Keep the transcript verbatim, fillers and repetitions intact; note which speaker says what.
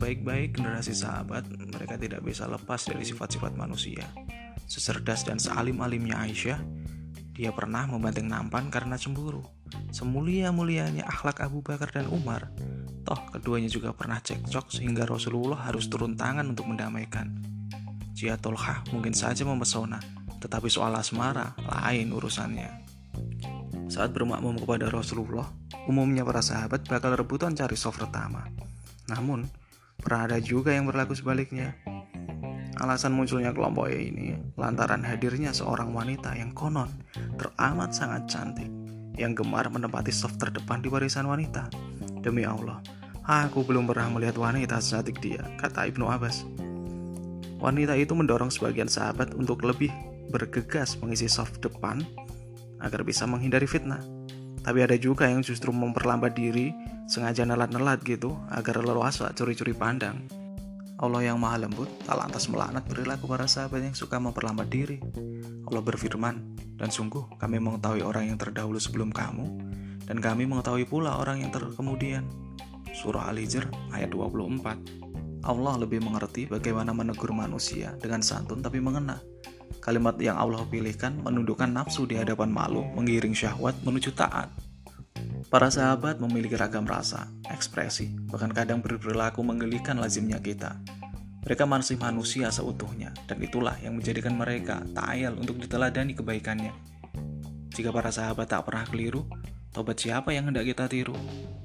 Speaker 1: sebaik-baik generasi sahabat, mereka tidak bisa lepas dari sifat-sifat manusia. Secerdas dan sealim-alimnya Aisyah, dia pernah membanting nampan karena cemburu. Semulia-mulianya akhlak Abu Bakar dan Umar, toh keduanya juga pernah cekcok sehingga Rasulullah harus turun tangan untuk mendamaikan. Jia Tolhah mungkin saja mempesona, tetapi soal asmara lain urusannya. Saat bermakmum kepada Rasulullah, umumnya para sahabat bakal rebutan cari soft pertama. Namun, pernah ada juga yang berlaku sebaliknya. Alasan munculnya kelompok ini lantaran hadirnya seorang wanita yang konon teramat sangat cantik, yang gemar menempati soft terdepan di barisan wanita. Demi Allah, aku belum pernah melihat wanita secantik dia, kata Ibnu Abbas. Wanita itu mendorong sebagian sahabat untuk lebih bergegas mengisi soft depan agar bisa menghindari fitnah. Tapi ada juga yang justru memperlambat diri, sengaja nelat-nelat gitu, agar leluasa curi-curi pandang. Allah yang maha lembut tak lantas melaknat perilaku para sahabat yang suka memperlambat diri. Allah berfirman, dan sungguh kami mengetahui orang yang terdahulu sebelum kamu, dan kami mengetahui pula orang yang terkemudian. Surah Al-Hijr ayat dua puluh empat. Allah lebih mengerti bagaimana menegur manusia dengan santun tapi mengena. Kalimat yang Allah pilihkan menundukkan nafsu di hadapan malu, menggiring syahwat menuju taat. Para sahabat memiliki ragam rasa, ekspresi, bahkan kadang berperilaku menggelikan lazimnya kita. Mereka masih manusia seutuhnya, dan itulah yang menjadikan mereka tak ayal untuk diteladani kebaikannya. Jika para sahabat tak pernah keliru, tobat siapa yang hendak kita tiru?